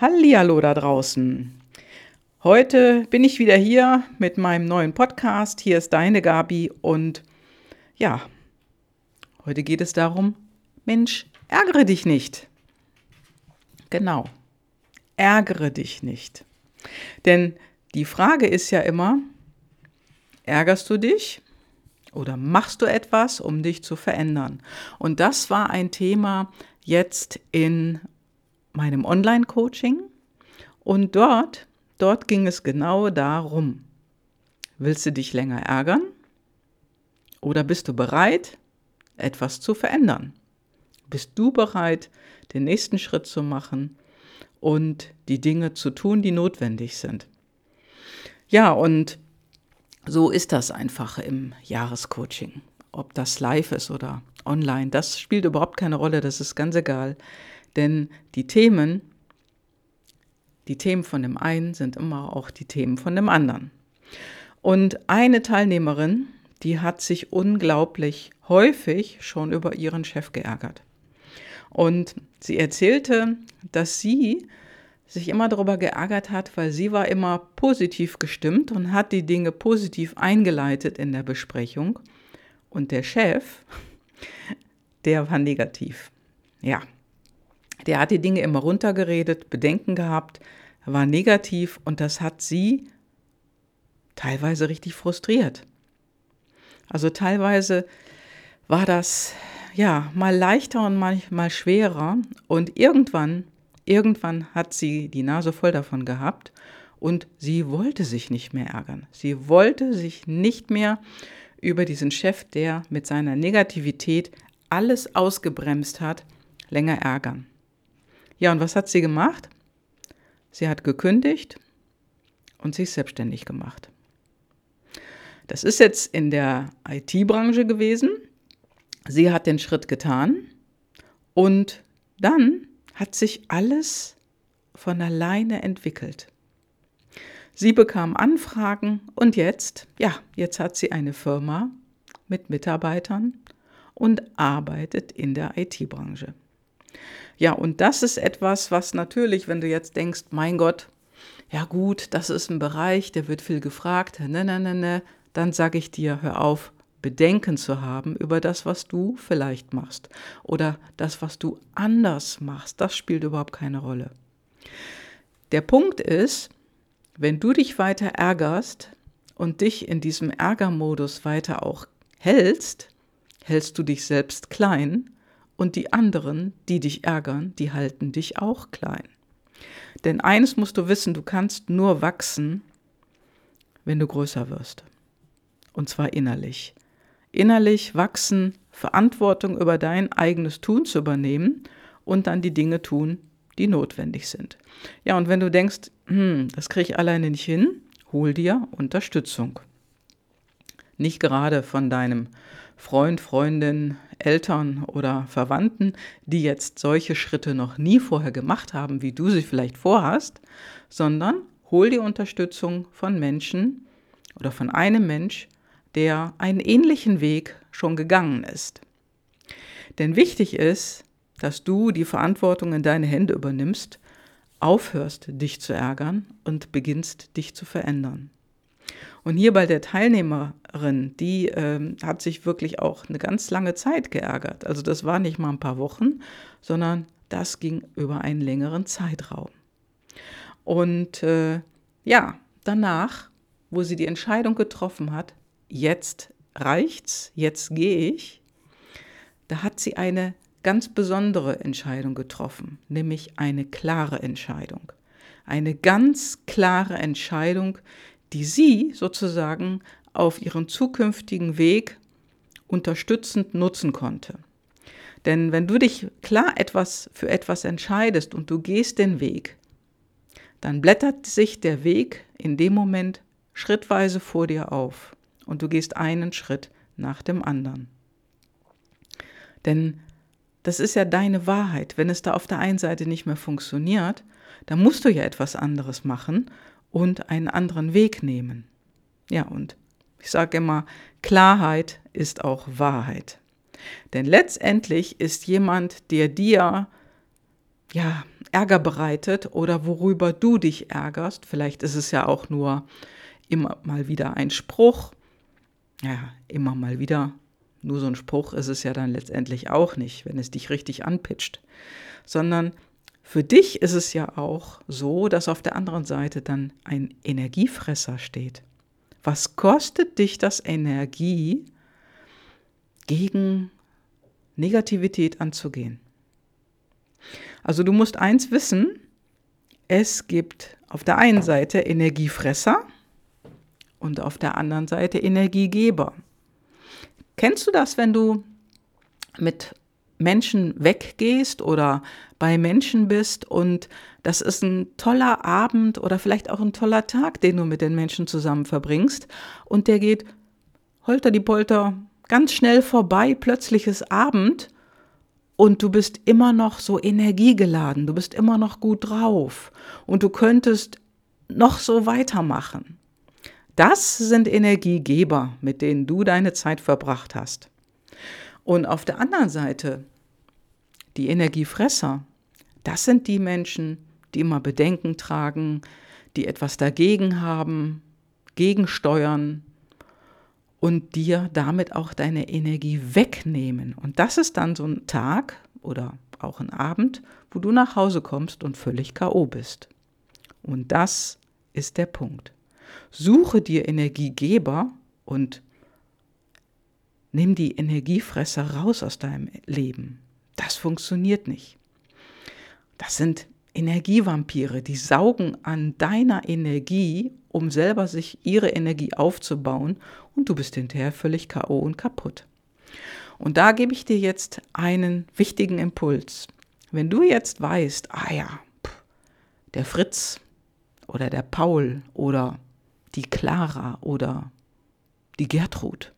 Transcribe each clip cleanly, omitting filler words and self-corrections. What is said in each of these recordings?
Hallihallo da draußen. Heute bin ich wieder hier mit meinem neuen Podcast. Hier ist deine Gabi und ja, heute geht es darum, Mensch, ärgere dich nicht. Genau, ärgere dich nicht. Denn die Frage ist ja immer, ärgerst du dich oder machst du etwas, um dich zu verändern? Und das war ein Thema jetzt in meinem Online-Coaching. Und dort ging es genau darum, willst du dich länger ärgern oder bist du bereit, etwas zu verändern? Bist du bereit, den nächsten Schritt zu machen und die Dinge zu tun, die notwendig sind? Ja, und so ist das einfach im Jahrescoaching. Ob das live ist oder online, das spielt überhaupt keine Rolle, das ist ganz egal. Denn die Themen von dem einen sind immer auch die Themen von dem anderen. Und eine Teilnehmerin, die hat sich unglaublich häufig schon über ihren Chef geärgert. Und sie erzählte, dass sie sich immer darüber geärgert hat, weil sie war immer positiv gestimmt und hat die Dinge positiv eingeleitet in der Besprechung. Und der Chef, der war negativ. Ja. Der hat die Dinge immer runtergeredet, Bedenken gehabt, war negativ und das hat sie teilweise richtig frustriert. Also teilweise war das ja mal leichter und manchmal schwerer und irgendwann hat sie die Nase voll davon gehabt und sie wollte sich nicht mehr ärgern. Sie wollte sich nicht mehr über diesen Chef, der mit seiner Negativität alles ausgebremst hat, länger ärgern. Ja, und was hat sie gemacht? Sie hat gekündigt und sich selbstständig gemacht. Das ist jetzt in der IT-Branche gewesen. Sie hat den Schritt getan und dann hat sich alles von alleine entwickelt. Sie bekam Anfragen und jetzt hat sie eine Firma mit Mitarbeitern und arbeitet in der IT-Branche. Ja, und das ist etwas, was natürlich, wenn du jetzt denkst, mein Gott, ja gut, das ist ein Bereich, der wird viel gefragt, dann sage ich dir, hör auf, Bedenken zu haben über das, was du vielleicht machst oder das, was du anders machst. Das spielt überhaupt keine Rolle. Der Punkt ist, wenn du dich weiter ärgerst und dich in diesem Ärgermodus weiter auch hältst du dich selbst klein. Und die anderen, die dich ärgern, die halten dich auch klein. Denn eines musst du wissen, du kannst nur wachsen, wenn du größer wirst. Und zwar innerlich. Innerlich wachsen, Verantwortung über dein eigenes Tun zu übernehmen und dann die Dinge tun, die notwendig sind. Ja, und wenn du denkst, das kriege ich alleine nicht hin, hol dir Unterstützung. Nicht gerade von deinem Freund, Freundin, Eltern oder Verwandten, die jetzt solche Schritte noch nie vorher gemacht haben, wie du sie vielleicht vorhast, sondern hol dir Unterstützung von Menschen oder von einem Mensch, der einen ähnlichen Weg schon gegangen ist. Denn wichtig ist, dass du die Verantwortung in deine Hände übernimmst, aufhörst, dich zu ärgern und beginnst, dich zu verändern. Und hier bei der Teilnehmerin, die hat sich wirklich auch eine ganz lange Zeit geärgert. Also das war nicht mal ein paar Wochen, sondern das ging über einen längeren Zeitraum. Und danach, wo sie die Entscheidung getroffen hat, jetzt reicht's, jetzt gehe ich, da hat sie eine ganz besondere Entscheidung getroffen, nämlich eine klare Entscheidung. Eine ganz klare Entscheidung, die sie sozusagen auf ihren zukünftigen Weg unterstützend nutzen konnte. Denn wenn du dich klar für etwas entscheidest und du gehst den Weg, dann blättert sich der Weg in dem Moment schrittweise vor dir auf und du gehst einen Schritt nach dem anderen. Denn das ist ja deine Wahrheit. Wenn es da auf der einen Seite nicht mehr funktioniert, dann musst du ja etwas anderes machen und einen anderen Weg nehmen. Ja, und ich sage immer, Klarheit ist auch Wahrheit. Denn letztendlich ist jemand, der dir Ärger bereitet oder worüber du dich ärgerst. Vielleicht ist es ja auch nur immer mal wieder ein Spruch. Ja, immer mal wieder. Nur so ein Spruch ist es ja dann letztendlich auch nicht, wenn es dich richtig anpitscht. Sondern für dich ist es ja auch so, dass auf der anderen Seite dann ein Energiefresser steht. Was kostet dich das Energie, gegen Negativität anzugehen? Also du musst eins wissen, es gibt auf der einen Seite Energiefresser und auf der anderen Seite Energiegeber. Kennst du das, wenn du mit Menschen weggehst oder bei Menschen bist und das ist ein toller Abend oder vielleicht auch ein toller Tag, den du mit den Menschen zusammen verbringst und der geht holter die Polter ganz schnell vorbei, plötzlich ist Abend und du bist immer noch so energiegeladen, du bist immer noch gut drauf und du könntest noch so weitermachen. Das sind Energiegeber, mit denen du deine Zeit verbracht hast. Und auf der anderen Seite, die Energiefresser, das sind die Menschen, die immer Bedenken tragen, die etwas dagegen haben, gegensteuern und dir damit auch deine Energie wegnehmen. Und das ist dann so ein Tag oder auch ein Abend, wo du nach Hause kommst und völlig K.O. bist. Und das ist der Punkt. Suche dir Energiegeber und nimm die Energiefresser raus aus deinem Leben. Das funktioniert nicht. Das sind Energievampire, die saugen an deiner Energie, um selber sich ihre Energie aufzubauen und du bist hinterher völlig K.O. und kaputt. Und da gebe ich dir jetzt einen wichtigen Impuls. Wenn du jetzt weißt, der Fritz oder der Paul oder die Clara oder die Gertrud,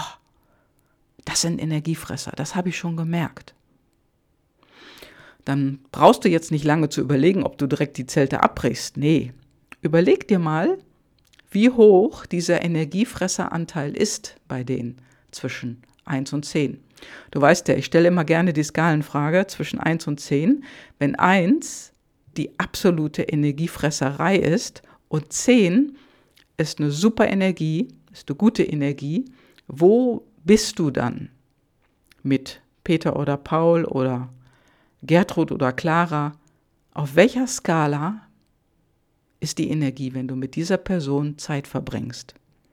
das sind Energiefresser, das habe ich schon gemerkt. Dann brauchst du jetzt nicht lange zu überlegen, ob du direkt die Zelte abbrichst. Nee, überleg dir mal, wie hoch dieser Energiefresseranteil ist bei denen zwischen 1 und 10. Du weißt ja, ich stelle immer gerne die Skalenfrage zwischen 1 und 10. Wenn 1 die absolute Energiefresserei ist und 10 ist eine super Energie, ist eine gute Energie, wo bist du dann mit Peter oder Paul oder Gertrud oder Clara? Auf welcher Skala ist die Energie, wenn du mit dieser Person Zeit verbringst?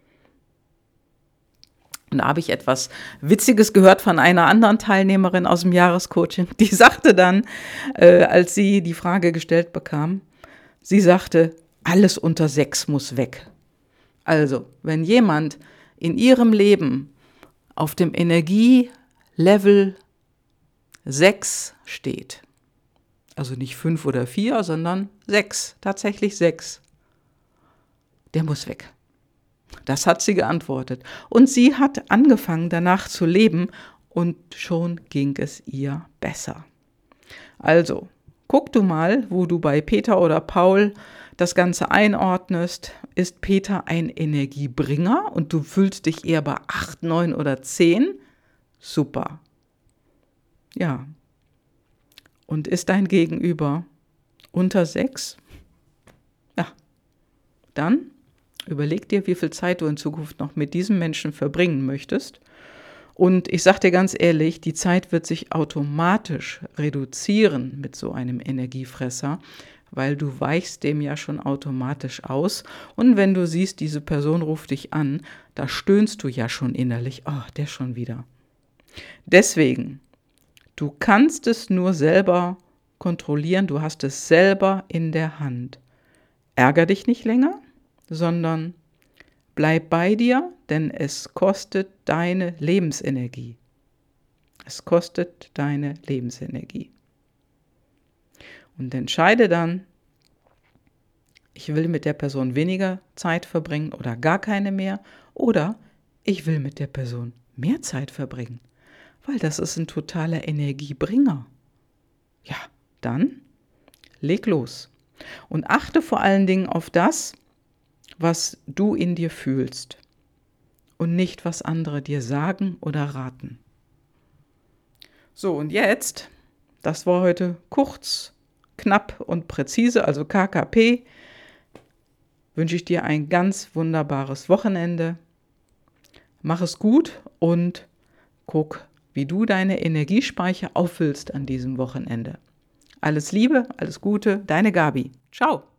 Und da habe ich etwas Witziges gehört von einer anderen Teilnehmerin aus dem Jahrescoaching. Die sagte dann, als sie die Frage gestellt bekam, sie sagte, alles unter 6 muss weg. Also, wenn jemand in ihrem Leben auf dem Energielevel 6 steht, also nicht 5 oder 4, sondern 6, tatsächlich 6, der muss weg. Das hat sie geantwortet. Und sie hat angefangen, danach zu leben und schon ging es ihr besser. Also, guck du mal, wo du bei Peter oder Paul das Ganze einordnest. Ist Peter ein Energiebringer und du fühlst dich eher bei 8, 9 oder 10? Super. Ja. Und ist dein Gegenüber unter 6? Ja. Dann überleg dir, wie viel Zeit du in Zukunft noch mit diesem Menschen verbringen möchtest. Und ich sage dir ganz ehrlich, die Zeit wird sich automatisch reduzieren mit so einem Energiefresser, weil du weichst dem ja schon automatisch aus. Und wenn du siehst, diese Person ruft dich an, da stöhnst du ja schon innerlich, der schon wieder. Deswegen, du kannst es nur selber kontrollieren, du hast es selber in der Hand. Ärger dich nicht länger, sondern bleib bei dir, denn es kostet deine Lebensenergie. Es kostet deine Lebensenergie. Und entscheide dann, ich will mit der Person weniger Zeit verbringen oder gar keine mehr oder ich will mit der Person mehr Zeit verbringen, weil das ist ein totaler Energiebringer. Ja, dann leg los und achte vor allen Dingen auf das, was du in dir fühlst und nicht, was andere dir sagen oder raten. So, und jetzt, das war heute kurz, knapp und präzise, also KKP, wünsche ich dir ein ganz wunderbares Wochenende. Mach es gut und guck, wie du deine Energiespeicher auffüllst an diesem Wochenende. Alles Liebe, alles Gute, deine Gabi. Ciao.